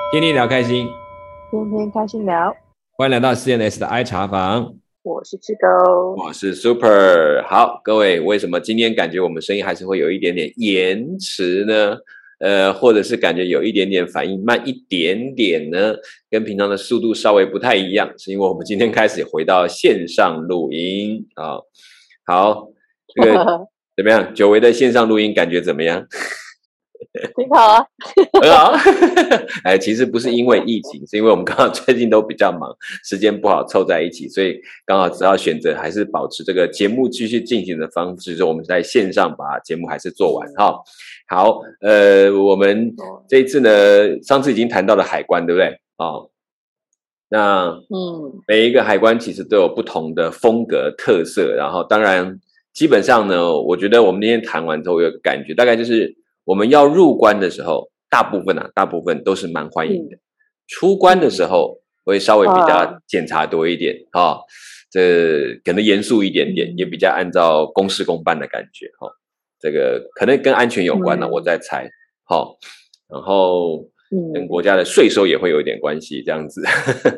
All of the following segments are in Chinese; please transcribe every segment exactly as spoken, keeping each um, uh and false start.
天天聊开心， 天天开心聊， 欢迎来到 C N S 的 I 茶房， 我是志勾。 我是 Super。好，各位，为什么今天感觉我们声音还是会有一点点延迟呢？呃，或者是感觉有一点点反应慢一点点呢？跟平常的速度稍微不太一样，是因为我们今天开始回到线上录音啊、哦。好，这个怎么样？久违的线上录音感觉怎么样？ 挺好啊， 很好。哎，其实不是因为疫情，是因为我们刚好最近都比较忙，时间不好凑在一起，所以刚好只好选择还是保持这个节目继续进行的方式，就是我们在线上把节目还是做完哈。好，呃，我们这一次呢，上次已经谈到了海关，对不对？哦，那嗯，每一个海关其实都有不同的风格特色，然后当然基本上呢，我觉得我们那天谈完之后有个感觉，大概就是我们要入关的时候，大部分啊，大部分都是蛮欢迎的。嗯、出关的时候会稍微比较检查多一点啊、哦，这可能严肃一点点，也比较按照公事公办的感觉哈、哦。这个可能跟安全有关了、啊，嗯、我在猜。好、哦，然后跟国家的税收也会有一点关系，这样子。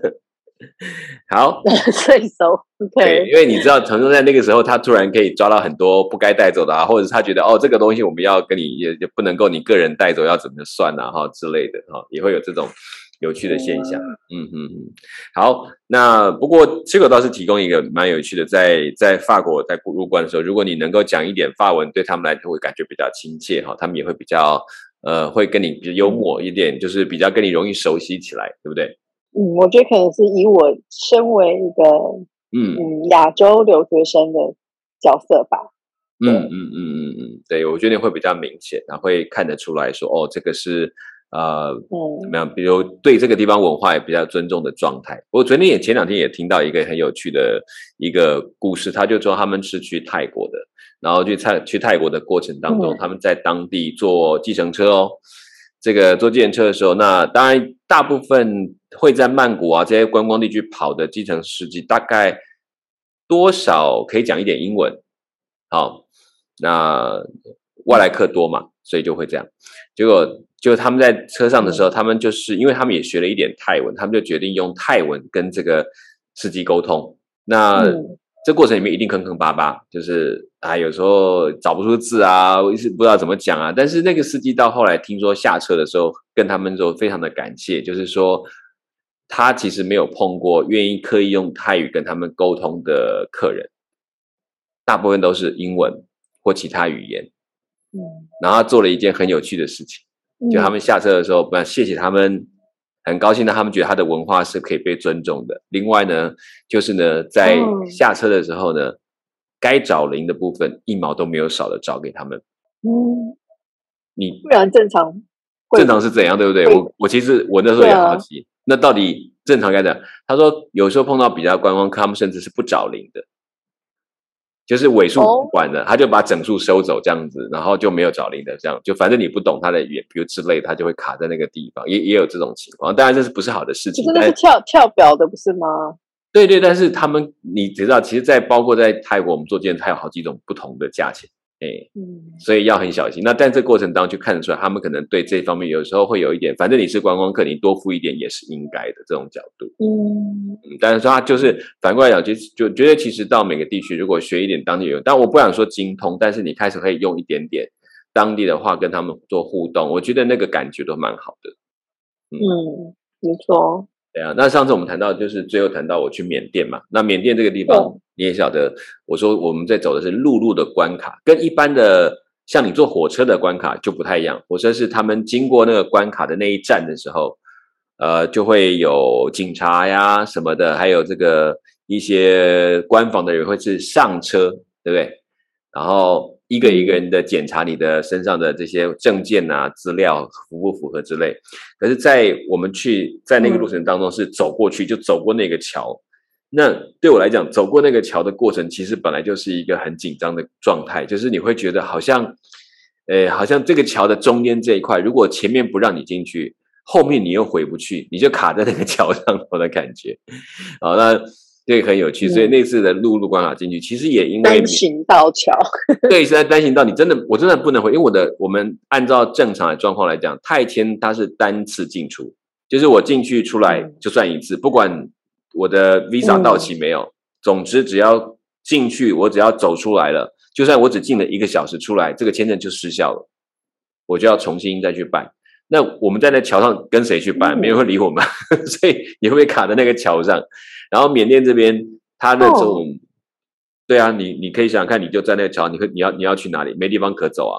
好， 税收 ，OK， 对，因为你知道，陈忠在那个时候，他突然可以抓到很多不该带走的啊，或者是他觉得哦，这个东西我们要跟你也也不能够你个人带走，要怎么算啊，哈之类的，哈，也会有这种有趣的现象。嗯嗯嗯，好，那不过这个倒是提供一个蛮有趣的，在在法国在入关的时候，如果你能够讲一点法文，对他们来说会感觉比较亲切哈，他们也会比较呃会跟你比较幽默一点，就是比较跟你容易熟悉起来，对不对？ 嗯，我觉得可能是以我身为一个嗯嗯亚洲留学生的角色吧。 嗯嗯嗯嗯嗯，对，我觉得会比较明显，然后会看得出来说，哦，这个是呃怎么样？比如对这个地方文化也比较尊重的状态。我昨天也前两天也听到一个很有趣的一个故事，他就说他们是去泰国的，然后去泰去泰国的过程当中，他们在当地坐计程车哦。这个坐计程车的时候，那当然大部分会在曼谷啊这些观光地区跑的计程司机，大概多少可以讲一点英文。好，那外来客多嘛，所以就会这样。结果就他们在车上的时候，他们就是因为他们也学了一点泰文，他们就决定用泰文跟这个司机沟通。那、嗯、这过程里面一定坑坑巴巴，就是啊，有时候找不出字啊，我一直不知道怎么讲啊。但是那个司机到后来听说下车的时候，跟他们说非常的感谢，就是说他其实没有碰过愿意刻意用泰语跟他们沟通的客人，大部分都是英文或其他语言。嗯，然后他做了一件很有趣的事情，就他们下车的时候，不然谢谢他们，很高兴的他们觉得他的文化是可以被尊重的。另外呢，就是呢，在下车的时候呢，该找零的部分一毛都没有少的找给他们。嗯，你不然正常正常是怎样，对不对？我我其实我那时候也好奇，啊、那到底正常该怎样？他说有时候碰到比较观光客，他们甚至是不找零的。就是尾数不管了， oh. 他就把整数收走这样子，然后就没有找零的这样，就反正你不懂他的语言，比如之类的，他就会卡在那个地方，也也有这种情况。当然这是不是好的事情？ 真的是跳跳表的，不是吗？ 对对，但是他们你知道，其实，在包括在泰国，我们做健身，它有好几种不同的价钱，哎，嗯，所以要很小心。那在这过程当中就看得出来，他们可能对这方面有时候会有一点，反正你是观光客，你多付一点也是应该的这种角度。嗯，嗯但是说他就是反过来讲，就就觉得其实到每个地区，如果学一点当地语言，但我不想说精通，但是你开始可以用一点点当地的话跟他们做互动，我觉得那个感觉都蛮好的。 嗯，嗯没错。 对啊，那上次我们谈到就是最后谈到我去缅甸嘛，那缅甸这个地方你也晓得，我说我们在走的是陆路的关卡，跟一般的像你坐火车的关卡就不太一样。火车是他们经过那个关卡的那一站的时候，呃，就会有警察呀什么的，还有这个一些官方的人会是上车，对不对？然后一个一个人的检查你的身上的这些证件啊、资料符不符合之类。可是，在我们去在那个路程当中是走过去，就走过那个桥。那对我来讲，走过那个桥的过程，其实本来就是一个很紧张的状态，就是你会觉得好像，呃，好像这个桥的中间这一块，如果前面不让你进去，后面你又回不去，你就卡在那个桥上头的感觉。好，那。这个很有趣，所以那次的陆路关卡进去，其实也因为单行道桥， 对，是在单行道，你真的我真的不能回，因为我的我们按照正常的状况来讲，泰签它是单次进出， 就是我进去出来就算一次，不管我的 visa 到期没有，嗯、总之只要进去，我只要走出来了，就算我只进了一个小时出来，这个签证就失效了，我就要重新再去办。那我们在那桥上跟谁去办？没人会理我们，所以你会被卡在那个桥上。然后缅甸这边，它的这种，哦、对啊，你你可以想想看，你就在那个桥，你会你要你要去哪里？没地方可走啊。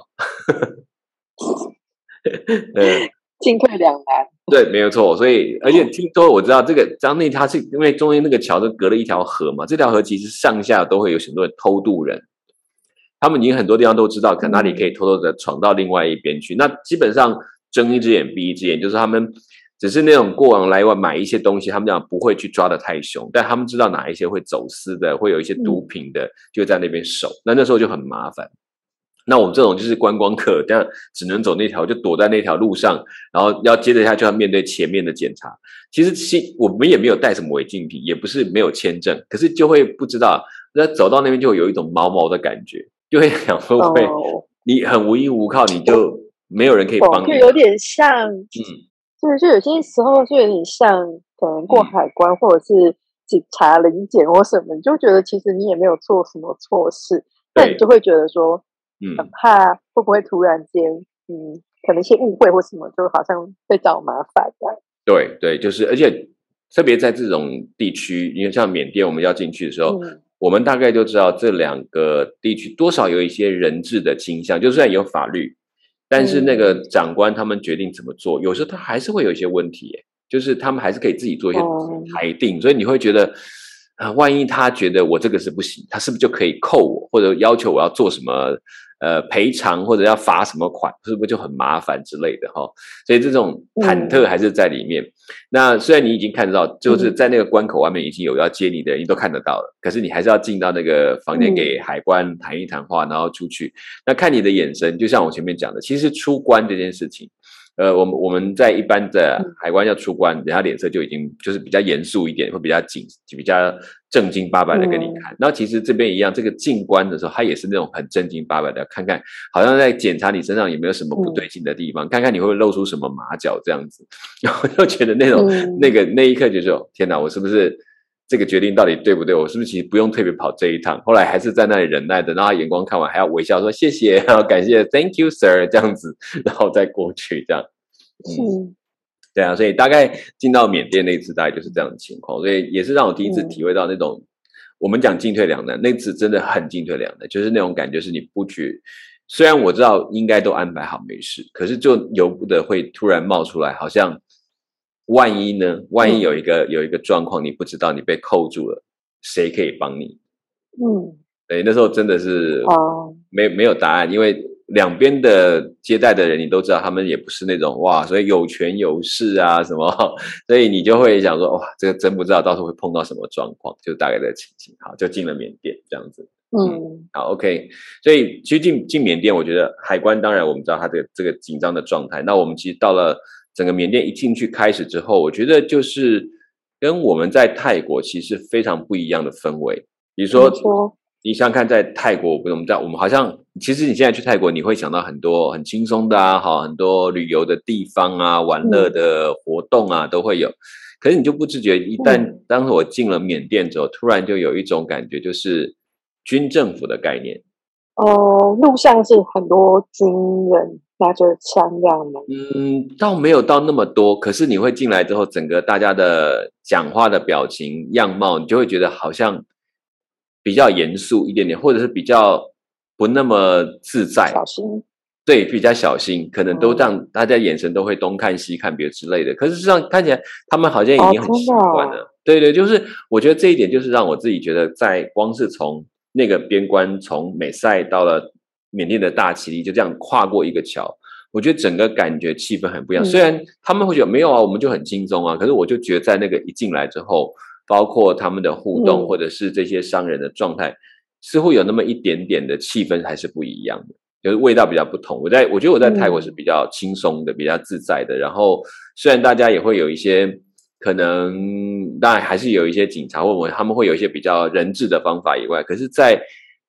呃，进退两难。 对，没有错。所以，而且听说我知道这个张内，它是因为中间那个桥都隔了一条河嘛，这条河其实上下都会有很多人偷渡人。他们已经很多地方都知道，可哪里可以偷偷的闯到另外一边去。嗯、那基本上睁一只眼闭一只眼，就是他们只是那种过往来往买一些东西，他们讲不会去抓得太凶，但他们知道哪一些会走私的，会有一些毒品的，就在那边守。嗯、那那时候就很麻烦。那我们这种就是观光客，但只能走那条，就躲在那条路上，然后要接着下就要面对前面的检查。其实其我们也没有带什么违禁品，也不是没有签证，可是就会不知道，那走到那边就有一种毛毛的感觉，就会想说会、哦、你很无依无靠，你就没有人可以帮你， 就有点像，嗯，对，就有些时候就有点像，可能过海关、嗯、或者是警察临检或什么，你就觉得其实你也没有做什么错事，但你就会觉得说。嗯，很怕会不会突然间，嗯，可能一些误会或什么，就好像会找麻烦的。 对对，就是而且特别在这种地区，因为像缅甸我们要进去的时候，嗯、我们大概就知道这两个地区多少有一些人治的倾向，就算有法律，但是那个长官他们决定怎么做，嗯、有时候他还是会有一些问题，就是他们还是可以自己做一些裁定，嗯、所以你会觉得。啊，万一他觉得我这个是不行，他是不是就可以扣我，或者要求我要做什么呃赔偿，或者要罚什么款，是不是就很麻烦之类的哈？所以这种忐忑还是在里面。嗯、那虽然你已经看得到，就是在那个关口外面已经有要接你的人，你都看得到了，可是你还是要进到那个房间给海关谈一谈话，然后出去。那看你的眼神，就像我前面讲的，其实出关这件事情。呃，我们我们在一般的海关要出关，人家脸色就已经就是比较严肃一点，会比较紧，比较正经八百的跟你看。然后其实这边一样，这个进关的时候，他也是那种很正经八百的，看看好像在检查你身上有没有什么不对劲的地方，看看你会不会露出什么马脚这样子。然后就觉得那种、嗯、那个那一刻就说，天哪，我是不是这个决定到底对不对？我是不是其实不用特别跑这一趟？后来还是在那里忍耐的，然后他眼光看完还要微笑说谢谢，然后感谢 ，Thank you sir 这样子，然后再过去这样。嗯，对啊，所以大概进到缅甸那次大概就是这样的情况，所以也是让我第一次体会到那种、嗯、我们讲进退两难，那次真的很进退两难，就是那种感觉是你不觉，虽然我知道应该都安排好没事，可是就由不得会突然冒出来，好像万一呢？万一有一个、嗯、有一个状况你不知道，你被扣住了，谁可以帮你？嗯，对，那时候真的是没、哦、没有答案，因为。两边的接待的人你都知道，他们也不是那种哇，所以有权有势啊什么，所以你就会想说哇，这个真不知道到时候会碰到什么状况，就大概的情形。好，就进了缅甸这样子。嗯，好 ，OK。所以其实进进缅甸，我觉得海关当然我们知道它的这个紧张的状态。那我们其实到了整个缅甸一进去开始之后，我觉得就是跟我们在泰国其实非常不一样的氛围，比如说。你想想看，在泰国，我们在我们好像，其实你现在去泰国，你会想到很多很轻松的啊，好，很多旅游的地方啊，玩乐的活动啊，都会有。可是你就不自觉，一旦当时我进了缅甸之后，突然就有一种感觉，就是军政府的概念。 哦，路上是很多军人拿着枪这样吗？ 嗯，倒没有到那么多，可是你会进来之后，整个大家的讲话的表情、样貌，你就会觉得好像。比较严肃一点点，或者是比较不那么自在， 小心， 对，比较小心，可能都让大家眼神都会东看西看，别之类的。可是事实上看起来，他们好像已经很习惯了。哦、对对，就是我觉得这一点就是让我自己觉得，在光是从那个边关从美赛到了缅甸的大其力，就这样跨过一个桥，我觉得整个感觉气氛很不一样。嗯、虽然他们会觉得没有啊，我们就很轻松啊，可是我就觉得在那个一进来之后。包括他们的互动，或者是这些商人的状态，嗯、似乎有那么一点点的气氛还是不一样的，就是味道比较不同。我在我觉得我在泰国是比较轻松的，嗯、比较自在的。然后虽然大家也会有一些可能，当然还是有一些警察或者他们会有一些比较人治的方法以外，可是，在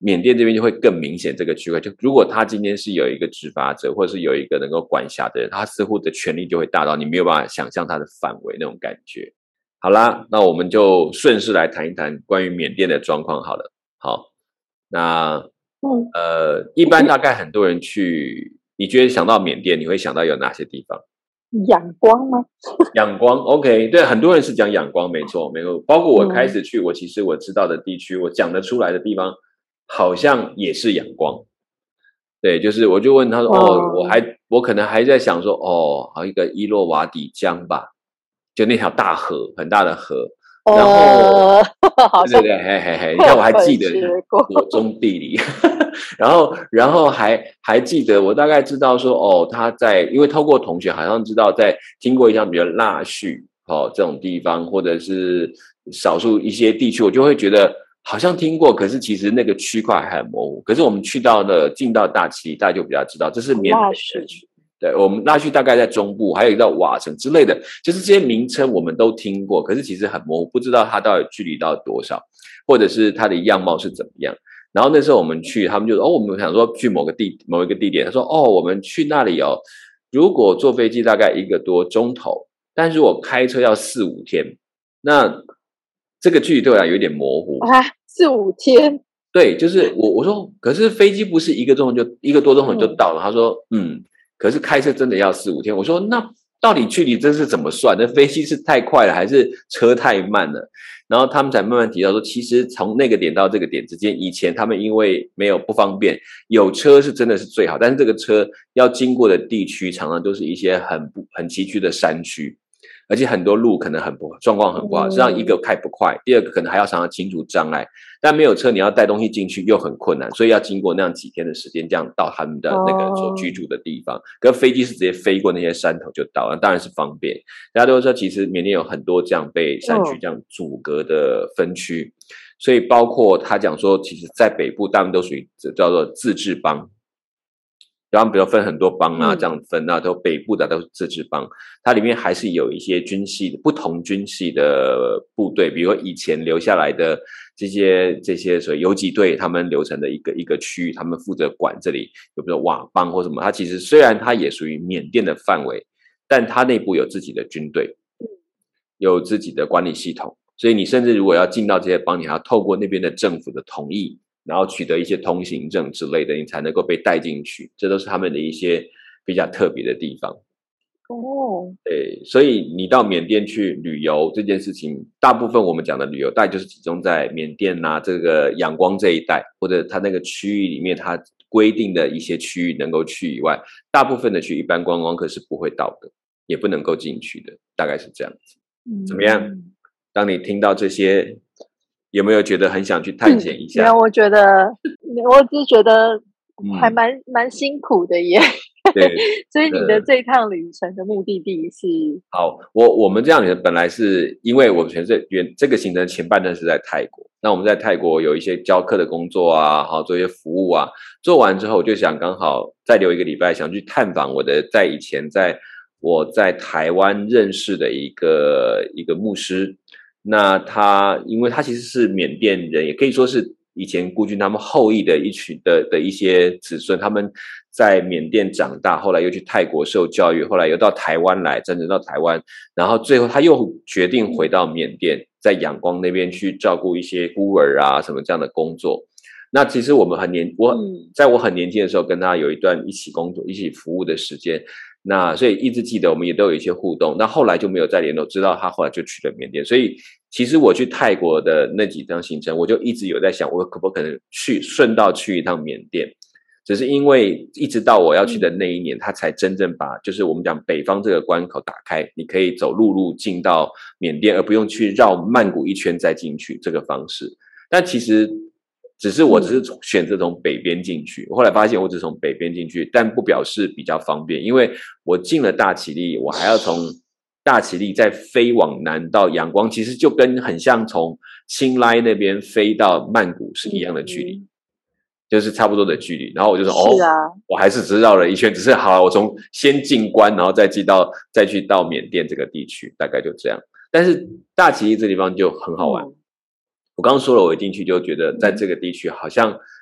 缅甸这边就会更明显这个区块，就如果他今天是有一个执法者，或者是有一个能够管辖的人，他似乎的权力就会大到你没有办法想象他的范围那种感觉。好啦，那我们就顺势来谈一谈关于缅甸的状况好了。好，那嗯呃，一般大概很多人去，你觉得想到缅甸，你会想到有哪些地方？ 仰光吗？ 仰光 ，OK， 对，很多人是讲仰光，没错，没错。包括我开始去，我其实我知道的地区，我讲得出来的地方，好像也是仰光。对，就是我就问他说，哦，我还我可能还在想说，哦，好一个伊洛瓦底江吧，就那条大河，很大的河。然后，呃、对对对，嘿嘿嘿，你看我还记得国中地理，然后然后还还记得，我大概知道说，哦，他在，因为透过同学好像知道在经过一项比如腊戌哦这种地方，或者是少数一些地区，我就会觉得好像听过，可是其实那个区块还很模糊。可是我们去到的进到大其，大家就比较知道，这是缅北地区。对，我们拉去大概在中部，还有一个叫瓦城之类的，就是这些名称我们都听过，可是其实很模糊，不知道它到底距离到多少，或者是它的样貌是怎么样。然后那时候我们去，他们就说哦，我们想说去某个地某一个地点，他说哦，我们去那里哦，如果坐飞机大概一个多钟头，但如果开车要四五天，那这个距离对我来有点模糊啊，四五天。 对，就是我我说，可是飞机不是一个钟头就一个多钟头就到了，嗯、他说嗯。可是开车真的要四五天，我说那到底距离这是怎么算？那飞机是太快了，还是车太慢了？然后他们才慢慢提到说，其实从那个点到这个点之间，以前他们因为没有不方便，有车是真的是最好，但是这个车要经过的地区常常都是一些很不很崎岖的山区。而且很多路可能很不状况很不好，实际上一个开不快，第二个可能还要常常清除障碍，但没有车你要带东西进去又很困难，所以要经过那样几天的时间，这样到他们的那个所居住的地方。跟飞机是直接飞过那些山头就到了，当然是方便。大家都说其实缅甸有很多这样被山区这样阻隔的分区，所以包括他讲说，其实在北部大部分都属于叫做自治邦。然后比如分很多邦啊，这样分啊，都北部的都是自治邦，它里面还是有一些军系的不同军系的部队，比如说以前留下来的这些这些所谓游击队，他们留成的一个一个区域，他们负责管这里，就比如说佤邦或什么，它其实虽然它也属于缅甸的范围，但它内部有自己的军队，有自己的管理系统，所以你甚至如果要进到这些邦，你还要透过那边的政府的同意。然后取得一些通行证之类的，你才能够被带进去，这都是他们的一些比较特别的地方。哦，对，所以你到缅甸去旅游这件事情，大部分我们讲的旅游，大概就是集中在缅甸啊这个仰光这一带，或者它那个区域里面，它规定的一些区域能够去以外，大部分的区一般观光客是不会到的，也不能够进去的，大概是这样子。嗯、怎么样？当你听到这些。有没有觉得很想去探险一下？ 没有，我觉得，我只是觉得还蛮、嗯、蛮辛苦的耶。对，所以你的这一趟旅程的目的地是？ 好，我我们这样子本来是因为我们全是原这个行程前半段是在泰国，那我们在泰国有一些教课的工作啊，好做一些服务啊，做完之后我就想刚好再留一个礼拜，想去探访我的在以前在我在台湾认识的一个一个牧师。那他，因为他其实是缅甸人，也可以说是以前孤军他们后裔的一群的的一些子孙，他们在缅甸长大，后来又去泰国受教育，后来又到台湾来，真正到台湾，然后最后他又决定回到缅甸，在仰光那边去照顾一些孤儿啊什么这样的工作。那其实我们很年，我在我很年轻的时候跟他有一段一起工作、一起服务的时间。那所以一直记得我们也都有一些互动，那后来就没有再联络，知道他后来就去了缅甸。所以其实我去泰国的那几趟行程，我就一直有在想，我可不可能去顺道去一趟缅甸，只是因为一直到我要去的那一年，他才真正把就是我们讲北方这个关口打开，你可以走陆路进到缅甸，而不用去绕曼谷一圈再进去这个方式。但其实只是我只是选择从北边进去，我后来发现我只从北边进去，但不表示比较方便，因为我进了大其力，我还要从大其力再飞往南到仰光，其实就跟很像从清莱那边飞到曼谷是一样的距离，嗯、就是差不多的距离。然后我就说，哦，啊、我还是只绕了一圈，只是好，我从先进关，然后再进到再去到缅甸这个地区，大概就这样。但是大其力这地方就很好玩。嗯我刚刚说了，我一进去就觉得在这个地区好像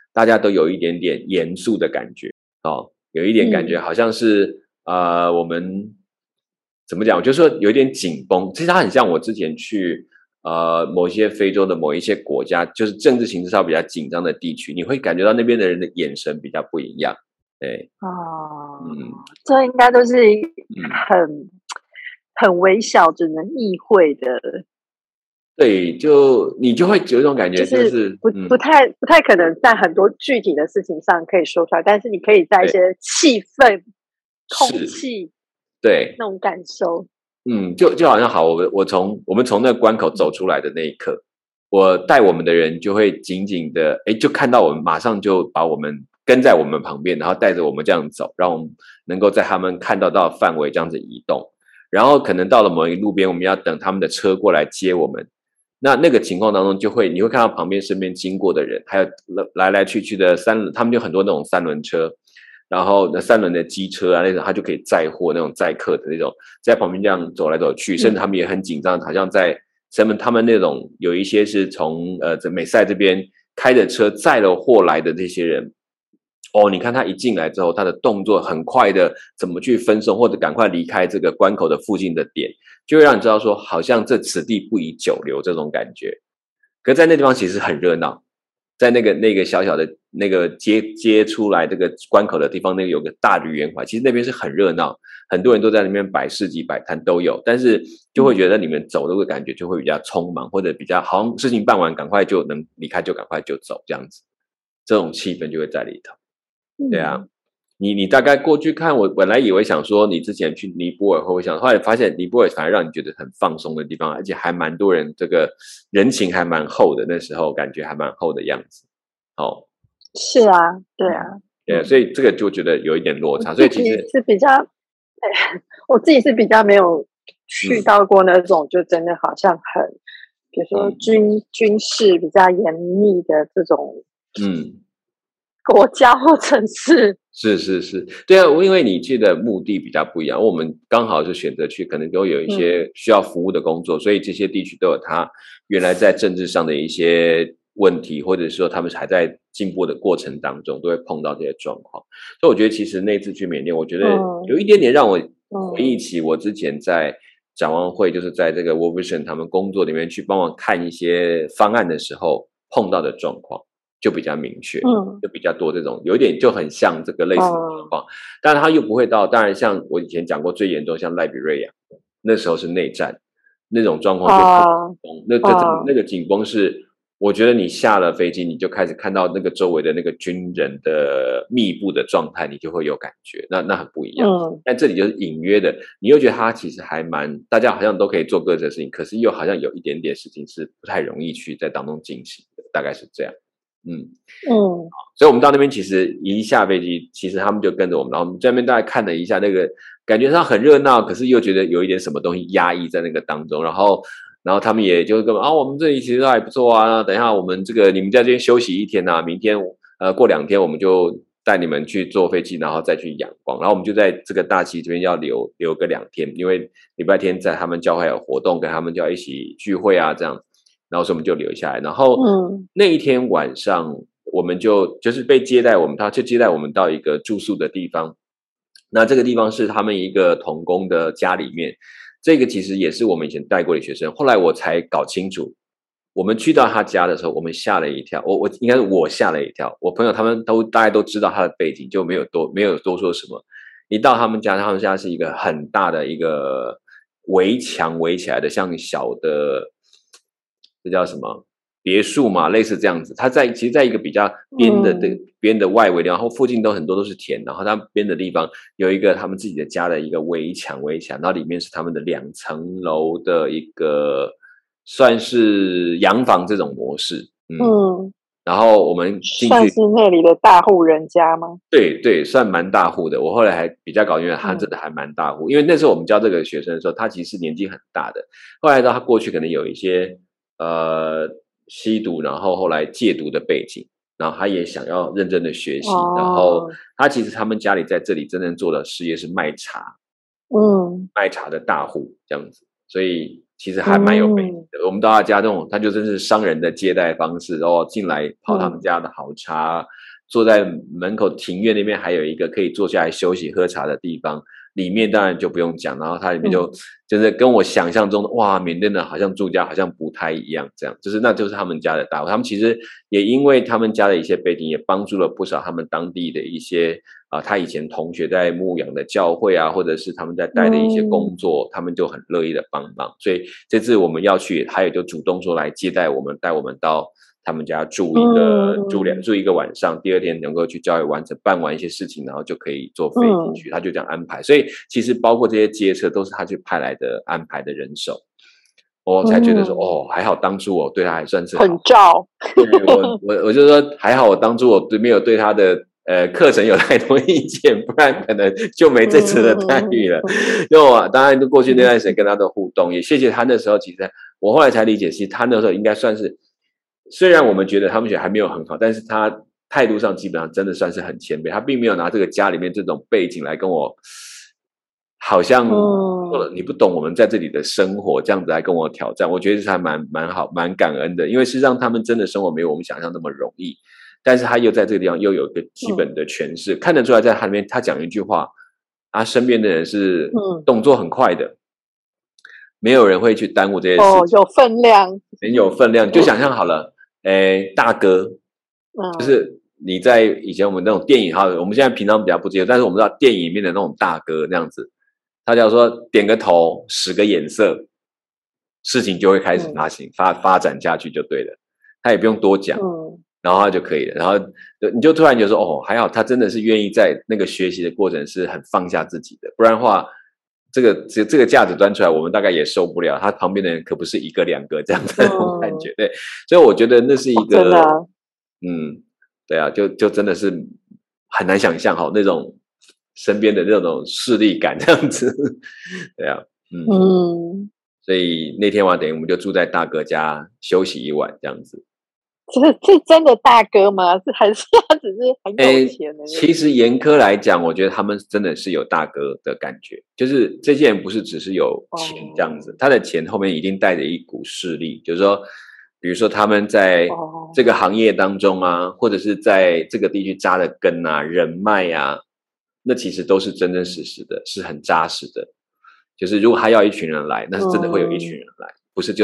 大家都有一点点严肃的感觉哦，有一点感觉好像是、嗯、呃，我们怎么讲？我就说有一点紧绷。其实它很像我之前去呃某一些非洲的某一些国家，就是政治形势上比较紧张的地区，你会感觉到那边的人的眼神比较不一样。对， 哦， 嗯， 这应该都是很、嗯、很微小，只能意会的。 对，就你就会有一种感觉， 就是不、嗯、不太不太可能在很多具体的事情上可以说出来，但是你可以在一些气氛、空气， 对那种感受。 嗯，就就好像好，我我从我们从那个关口走出来的那一刻，我带我们的人就会紧紧的，哎，就看到我们，马上就把我们跟在我们旁边，然后带着我们这样走，让我们能够在他们看到到范围这样子移动。然后可能到了某一路边，我们要等他们的车过来接我们。那那个情况当中，就会你会看到旁边身边经过的人，还有来来去去的三轮，他们就很多那种三轮车。然后那三轮的机车啊，那种他就可以载货那种载客的那种，在旁边这样走来走去，甚至他们也很紧张，好像在他们他们那种有一些是从呃这美赛这边开着车载了货来的这些人，哦，你看他一进来之后，他的动作很快的怎么去分送或者赶快离开这个关口的附近的点，就会让你知道说，好像这此地不宜久留这种感觉。可是在那地方其实很热闹。在那个那个小小的那个接接出来这个关口的地方，那个有个大绿圆环，其实那边是很热闹，很多人都在那边摆市集摆摊都有，但是就会觉得你们走的感觉就会比较匆忙，或者比较好像事情办完赶快就能离开就赶快就走这样子，这种气氛就会在里头。对啊，你你大概过去看，我本来以为想说你之前去尼泊尔会不会想，后来发现尼泊尔反而让你觉得很放松的地方，而且还蛮多人，这个人情还蛮厚的，那时候感觉还蛮厚的样子。哦， 是啊，对啊， 对、嗯，所以这个就觉得有一点落差。所以其实是比较，我自己是比较没有去到过那种，就真的好像很，比如说军、嗯、军事比较严密的这种，嗯。国家或城市是是是，对啊，因为你去的目的比较不一样，我们刚好是选择去，可能都有一些需要服务的工作，嗯、所以这些地区都有它原来在政治上的一些问题，或者说他们还在进步的过程当中，都会碰到这些状况。所以我觉得其实那次去缅甸，我觉得有一点点让我回忆起我之前在展望会，就是在这个 World Vision 他们工作里面去帮忙看一些方案的时候碰到的状况。就比较明确，嗯，就比较多这种，有一点就很像这个类似的状况，嗯、但是它又不会到，当然像我以前讲过最严重，像赖比瑞亚那时候是内战那种状况就很紧绷，哦、那这、哦、那个紧绷是，我觉得你下了飞机你就开始看到那个周围的那个军人的密布的状态，你就会有感觉，那那很不一样。嗯，但这里就是隐约的，你又觉得它其实还蛮，大家好像都可以做各自的事情，可是又好像有一点点事情是不太容易去在当中进行的，大概是这样。嗯嗯，所以我们到那边其实一下飞机，其实他们就跟着我们，然后我们在那边大概看了一下那个，感觉上很热闹，可是又觉得有一点什么东西压抑在那个当中，然后然后他们也就跟啊，我们这里其实还不错啊，等一下我们这个你们在这边休息一天啊，明天呃过两天我们就带你们去坐飞机，然后再去仰光，然后我们就在这个大溪这边要留留个两天，因为礼拜天在他们教会有活动，跟他们就要一起聚会啊这样。然后所以我们就留下来，然后那一天晚上我们就就是被接待，我们他就接待我们到一个住宿的地方，那这个地方是他们一个同工的家里面，这个其实也是我们以前带过的学生，后来我才搞清楚，我们去到他家的时候，我们吓了一跳，我我应该是我吓了一跳，我朋友他们都大概都知道他的背景，就没有多没有多说什么。一到他们家，他们家是一个很大的一个围墙围起来的，像小的。这叫什么别墅嘛，类似这样子。它在其实在一个比较边的的边的外围，然后附近都很多都是田，然后它边的地方有一个他们自己的家的一个围墙围墙，然后里面是他们的两层楼的一个算是洋房这种模式，嗯。嗯，然后我们进去算是那里的大户人家吗？ 对对，算蛮大户的。我后来还比较搞清楚，他真的还蛮大户，嗯、因为那时候我们教这个学生的时候，他其实年纪很大的。后来到他过去可能有一些。呃，吸毒，然后后来戒毒的背景，然后他也想要认真的学习，哦、然后他其实他们家里在这里真正做的事业是卖茶，嗯，卖茶的大户这样子，所以其实还蛮有背景的。嗯、我们到他家这种，他就真是商人的接待方式，哦，进来泡他们家的好茶，嗯、坐在门口庭院那边还有一个可以坐下来休息喝茶的地方。里面当然就不用讲，然后它里面就、嗯、就是跟我想象中的哇，缅甸的好像住家好像不太一样，这样就是那就是他们家的大户，他们其实也因为他们家的一些背景，也帮助了不少他们当地的一些啊、呃，他以前同学在牧养的教会啊，或者是他们在带的一些工作，嗯、他们就很乐意的帮忙，所以这次我们要去，他也就主动说来接待我们，带我们到他们家住一个、嗯、住两住一个晚上，第二天能够去教会完成办完一些事情，然后就可以坐飞机去，嗯、他就这样安排。所以其实包括这些接车都是他去派来的安排的人手，我才觉得说、嗯、哦，还好当初我对他还算是好很照。 我我我就说还好我当初我没有对他的呃课程有太多意见，不然可能就没这次的待遇了。因为我当然过去那段时间跟他的互动，也谢谢他那时候，其实我后来才理解，其实他那时候应该算是。虽然我们觉得他们学还没有很好，但是他态度上基本上真的算是很谦卑，他并没有拿这个家里面这种背景来跟我，好像、嗯、你不懂我们在这里的生活，这样子来跟我挑战，我觉得是还蛮蛮好蛮感恩的，因为事实上他们真的生活没有我们想象那么容易，但是他又在这个地方又有一个基本的诠释，嗯、看得出来在他里面他讲一句话，他身边的人是动作很快的。嗯没有人会去耽误这些事情， 哦，有分量， 很有分量。就想象好了，诶，大哥，嗯、就是你在以前我们那种电影哈，我们现在平常比较不接受，但是我们知道电影里面的那种大哥那样子，他叫说点个头，使个眼色，事情就会开始发行、嗯、发发展下去就对了，他也不用多讲，嗯、然后他就可以了，然后你就突然觉得说，哦，还好他真的是愿意在那个学习的过程是很放下自己的，不然的话。这个这这个架子端出来，我们大概也受不了。他旁边的人可不是一个两个这样子的那种感觉，嗯、对，所以我觉得那是一个， 真的啊、 嗯，对啊，就就真的是很难想象哈，那种身边的那种势力感这样子，对啊，嗯，嗯所以那天晚等于我们就住在大哥家休息一晚这样子。 这是真的大哥吗？是还是他只是很有钱的？ 其实严苛来讲，我觉得他们真的是有大哥的感觉，就是这些人不是只是有钱这样子，哦、他的钱后面一定带着一股势力，就是说，比如说他们在这个行业当中啊，哦、或者是在这个地区扎的根啊、人脉啊，那其实都是真真实实的，是很扎实的。就是如果他要一群人来，那是真的会有一群人来，嗯、不是就是。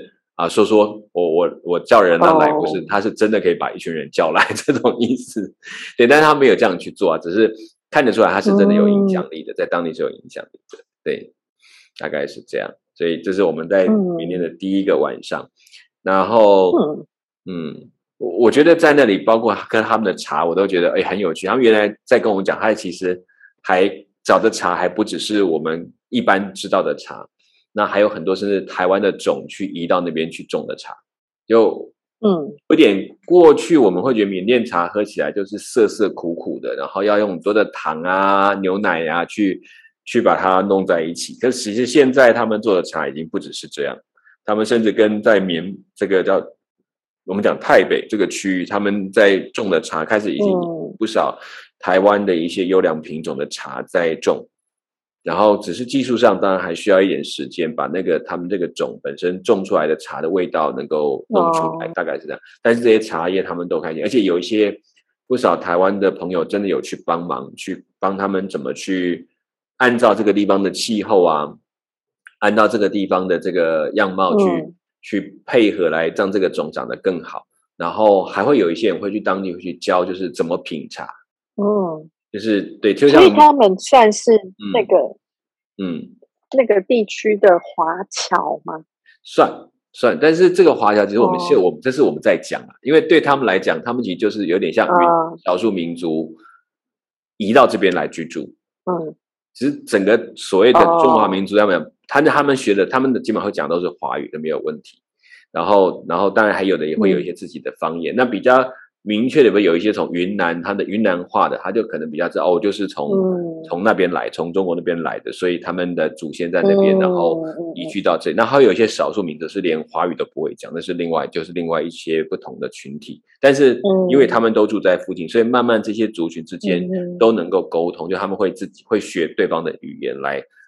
啊，说说我我我叫人他来，不是，他是真的可以把一群人叫来这种意思，对，但是他没有这样去做啊，只是看得出来他是真的有影响力的，嗯、在当地是有影响力的，对，大概是这样，所以这是我们在缅甸的第一个晚上，嗯、然后嗯，我我觉得在那里，包括跟他们的茶，我都觉得哎很有趣，他们原来在跟我们讲，他其实还找的茶还不只是我们一般知道的茶。那还有很多甚至台湾的种去移到那边去种的茶，就嗯，有点过去我们会觉得缅甸茶喝起来就是涩涩苦苦的，然后要用很多的糖啊、牛奶啊去去把它弄在一起。可是其实现在他们做的茶已经不只是这样，他们甚至跟在缅这个叫我们讲泰北这个区域，他们在种的茶开始已经不少台湾的一些优良品种的茶在种。然后只是技术上当然还需要一点时间，把那个他们这个种本身种出来的茶的味道能够弄出来， oh. 大概是这样。但是这些茶叶他们都开心，而且有一些不少台湾的朋友真的有去帮忙，去帮他们怎么去按照这个地方的气候啊，按照这个地方的这个样貌去、嗯、去配合来让这个种长得更好。然后还会有一些人会去当地会去教，就是怎么品茶。嗯。就是对，就像所以他们算是那个，嗯，嗯那个地区的华侨吗？ 算算，但是这个华侨其实我们现、哦、我们这是我们在讲啊，因为对他们来讲，他们其实就是有点像少数民族移到这边来居住。嗯，其实整个所谓的中华民族，他们、哦、他他们学的，他们的基本上会讲都是华语的，没有问题。然后，然后当然还有的也会有一些自己的方言，嗯、那比较。明确的会有一些从云南，他的云南话的，他就可能比较知道哦，我就是从、嗯、从那边来，从中国那边来的，所以他们的祖先在那边，嗯、然后移居到这里。那还有一些少数民族是连华语都不会讲，那是另外就是另外一些不同的群体。但是因为他们都住在附近，所以慢慢这些族群之间都能够沟通，就他们会自己会学对方的语言来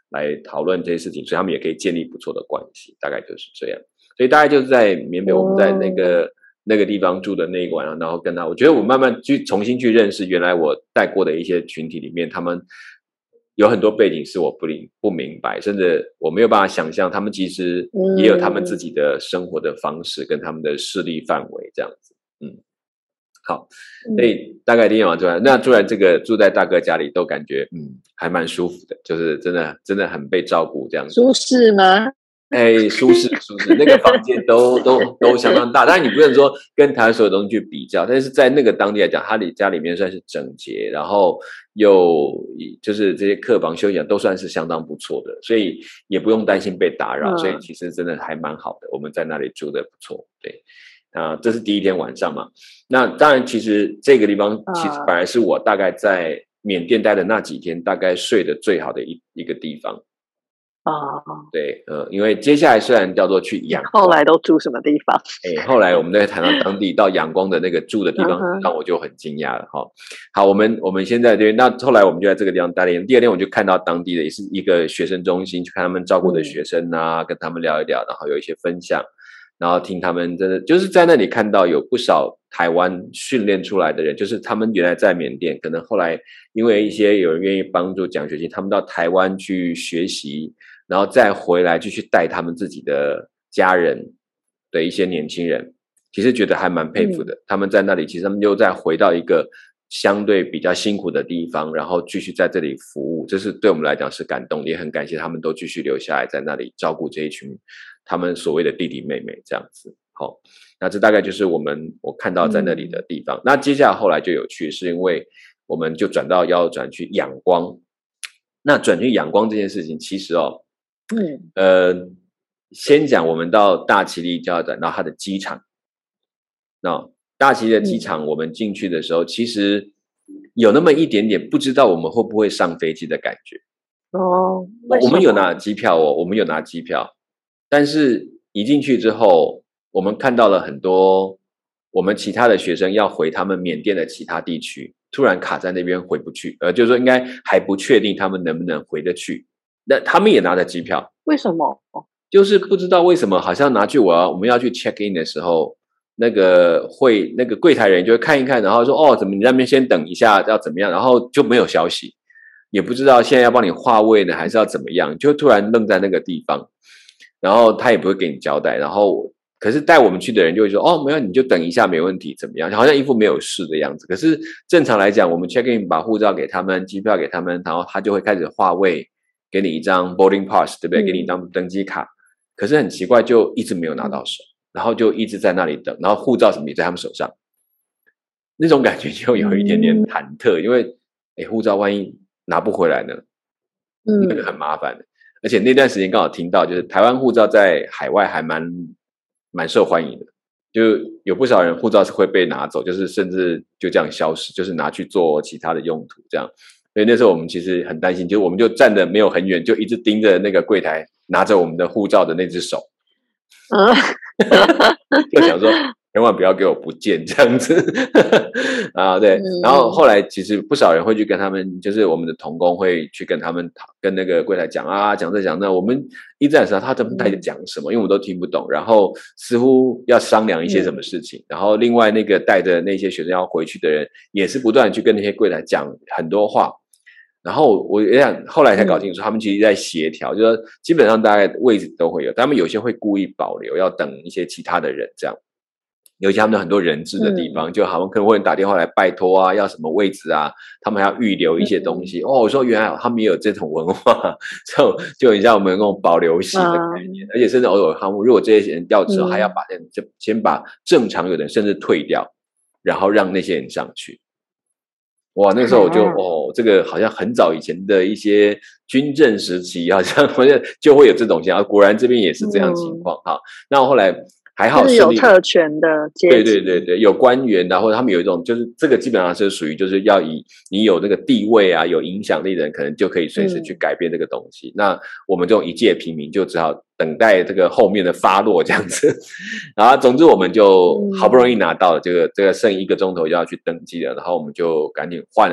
来讨论这些事情，所以他们也可以建立不错的关系，大概就是这样。所以大概就是在缅北，我们在那个、哦、那个地方住的那一晚上，然后跟他，我觉得我慢慢去重新去认识原来我带过的一些群体里面，他们有很多背景是我不不明白，甚至我没有办法想象，他们其实也有他们自己的生活的方式跟他们的势力范围这样子。嗯，好，所以大概第一晚住在那，住在这个住在大哥家里，都感觉嗯还蛮舒服的，就是真的真的很被照顾这样子。 舒适吗？ 哎，舒适舒适，那个房间都都都相当大，当然你不能说跟台湾所有东西去比较，但是在那个当地来讲，他的家里面算是整洁，然后又就是这些客房休息都算是相当不错的，所以也不用担心被打扰，嗯、所以其实真的还蛮好的。我们在那里住的不错，对，啊、呃，这是第一天晚上嘛。那当然，其实这个地方其实本来是我大概在缅甸待的那几天，大概睡得最好的一一个地方。 啊、 哦，对，呃，因为接下来虽然叫做去仰光， 后来都住什么地方？ 哎，后来我们在谈到当地到仰光的那个住的地方，嗯、让我就很惊讶了哈、哦。好，我们我们现在对，那后来我们就在这个地方待了。第二天我就看到当地的也是一个学生中心，去看他们照顾的学生啊，嗯、跟他们聊一聊，然后有一些分享，然后听他们真的就是在那里看到有不少台湾训练出来的人，就是他们原来在缅甸，可能后来因为一些有人愿意帮助奖学金，他们到台湾去学习。然后再回来继续带他们自己的家人的一些年轻人，其实觉得还蛮佩服的。嗯、他们在那里，其实他们又再回到一个相对比较辛苦的地方，然后继续在这里服务，这是对我们来讲是感动，也很感谢他们都继续留下来在那里照顾这一群他们所谓的弟弟妹妹这样子。好，那这大概就是我们我看到在那里的地方。嗯、那接下来后来就有趣，是因为我们就转到要转去仰光。那转去仰光这件事情，其实哦。嗯，呃，先讲我们到大其力就要转到它的机场。那大其力的机场，我们进去的时候，嗯、其实有那么一点点不知道我们会不会上飞机的感觉。 哦， 我们有拿机票哦，我们有拿机票，但是一进去之后，我们看到了很多我们其他的学生要回他们缅甸的其他地区，突然卡在那边回不去，呃，就是说应该还不确定他们能不能回得去。那他们也拿着机票， 为什么？ 就是不知道为什么，好像拿去我要我们要去 check in 的时候，那个会那个柜台人就会看一看，然后说哦，怎么你那边先等一下，要怎么样，然后就没有消息，也不知道现在要帮你划位呢，还是要怎么样，就突然愣在那个地方，然后他也不会给你交代，然后可是带我们去的人就会说哦，没有你就等一下，没问题，怎么样，好像一副没有事的样子。可是正常来讲，我们 check in 把护照给他们，机票给他们，然后他就会开始划位。给你一张 boarding pass， 对不对？嗯、给你一张登机卡，可是很奇怪，就一直没有拿到手，然后就一直在那里等，然后护照什么也在他们手上，那种感觉就有一点点忐忑，嗯、因为哎，护照万一拿不回来呢，嗯，那个很麻烦的。而且那段时间刚好听到，就是台湾护照在海外还蛮蛮受欢迎的，就有不少人护照是会被拿走，就是甚至就这样消失，就是拿去做其他的用途这样。所以那时候我们其实很担心，就我们就站得没有很远，就一直盯着那个柜台，拿着我们的护照的那只手，嗯、就想说千万不要给我不见这样子啊，对。然后后来其实不少人会去跟他们，就是我们的同工会去跟他们跟那个柜台讲啊，讲这讲那，我们一直在想他们在讲什么，因为我们都听不懂，然后似乎要商量一些什么事情。然后另外那个带着那些学生要回去的人，也是不断去跟那些柜台讲很多话。然后我也想后来才搞清楚，他们其实在协调，就是说基本上大概位置都会有，他们有些会故意保留，要等一些其他的人这样。尤其他们有很多人质的地方，嗯、就好像可能会打电话来拜托啊，要什么位置啊，他们还要预留一些东西。嗯、哦，我说原来他们也有这种文化，就就很像我们那种保留席的概念，嗯、而且甚至偶尔他们如果这些人要的时候，嗯、还要把人就先把正常有的人甚至退掉，然后让那些人上去。哇，那个时候我就、嗯、哦，这个好像很早以前的一些军政时期，好像好像就会有这种情况，果然这边也是这样情况。好、嗯，那后来。还好是有特权的阶级， 对对对对，有官员的，或者他们有一种，就是这个基本上是属于就是要以你有这个地位啊、有影响力的人，可能就可以随时去改变这个东西。嗯、那我们这种一介平民就只好等待这个后面的发落这样子。然后总之我们就好不容易拿到了这个、嗯、这个剩一个钟头就要去登记了，然后我们就赶紧换了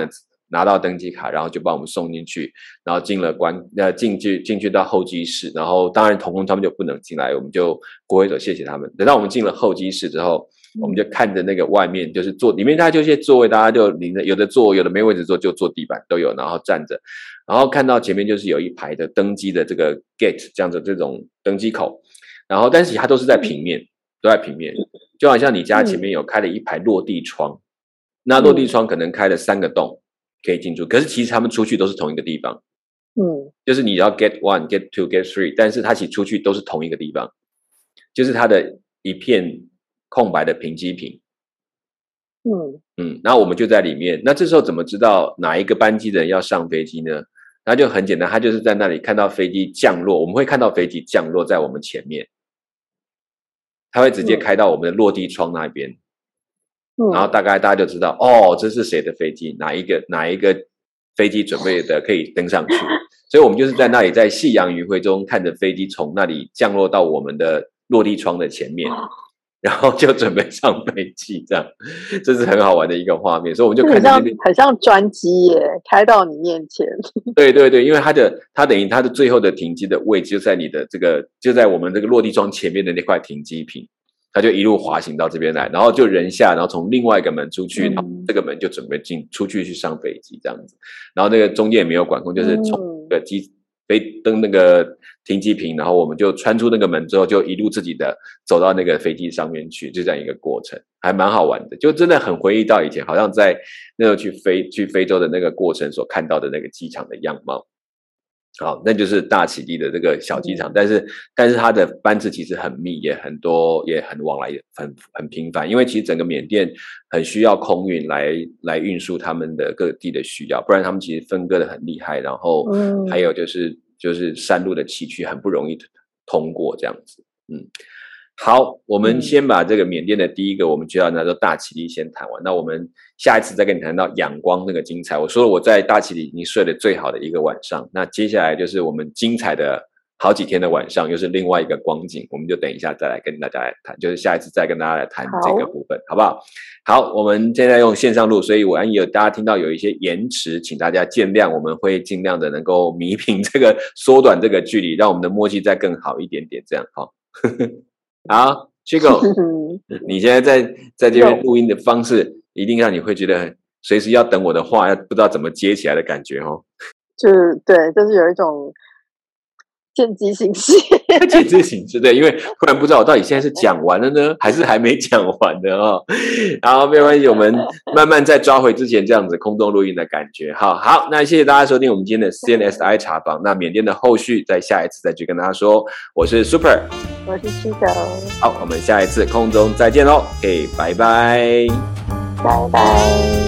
拿到登机卡，然后就把我们送进去，然后进了关呃进去进去到候机室，然后当然同工他们就不能进来，我们就国会手谢谢他们。等到我们进了候机室之后，我们就看着那个外面就是坐里面大家就一些座位，大家就领着有的坐有的没位置坐就坐地板都有，然后站着，然后看到前面就是有一排的登机的这个 gate 这样子这种登机口，然后但是它都是在平面，都在平面，就好像你家前面有开了一排落地窗，那落地窗可能开了三个洞可以进出，可是其实他们出去都是同一个地方，嗯，就是你要 get one get two get three， 但是它其实出去都是同一个地方，就是它的一片空白的平机坪，嗯嗯，然后我们就在里面。那这时候怎么知道哪一个班机的人要上飞机呢？那就很简单，他就是在那里看到飞机降落，我们会看到飞机降落在我们前面，他会直接开到我们的落地窗那边，嗯、然后大概大家就知道，哦，这是谁的飞机，哪一个哪一个飞机准备的可以登上去。所以我们就是在那里，在夕阳余晖中看着飞机从那里降落到我们的落地窗的前面。然后就准备上飞机，这样，这是很好玩的一个画面，所以我们就看着那边很像专机耶，开到你面前。 对对对，因为它的它等于它的最后的停机的位置就在你的这个就在我们这个落地窗前面的那块停机坪，它就一路滑行到这边来，然后就人下，然后从另外一个门出去，然后这个门就准备进出去去上飞机这样子，然后那个中间也没有管控，就是从那个机。飞登那个停机坪，然后我们就穿出那个门之后，就一路自己的走到那个飞机上面去，就这样一个过程，还蛮好玩的，就真的很回忆到以前，好像在那个去非去非洲的那个过程所看到的那个机场的样貌。好，那就是大其地的这个小机场，但是但是它的班次其实很密，也很多，也很往来，也很很频繁，因为其实整个缅甸很需要空运来来运输他们的各地的需要，不然他们其实分割的很厉害，然后还有就是就是山路的崎岖很不容易通过这样子，嗯。好，我们先把这个缅甸的第一个我们就要拿到大其力先谈完，那我们下一次再跟你谈到仰光那个精彩。我说了我在大其力已经睡得最好的一个晚上，那接下来就是我们精彩的好几天的晚上，又是另外一个光景，我们就等一下再来跟大家来谈，就是下一次再跟大家来谈这个部分， 好, 好不好？好，我们现在用线上录，所以我安有大家听到有一些延迟，请大家见谅，我们会尽量的能够弥平这个缩短这个距离，让我们的默契再更好一点点，这样哈。好 Chico 你现在在在这边录音的方式一定让你会觉得随时要等我的话不知道怎么接起来的感觉哦。 就是对，就是有一种见机行事见机行事，对，因为不然不知道我到底现在是讲完了呢还是还没讲完的哦。好，没有关系，我们慢慢再抓回之前这样子空中录音的感觉。好好，那谢谢大家收听我们今天的 C N S I 茶坊，那缅甸的后续在下一次再去跟大家说。我是 Super， 我是Chico， 好，我们下一次空中再见咯。OK， 拜拜， 拜拜。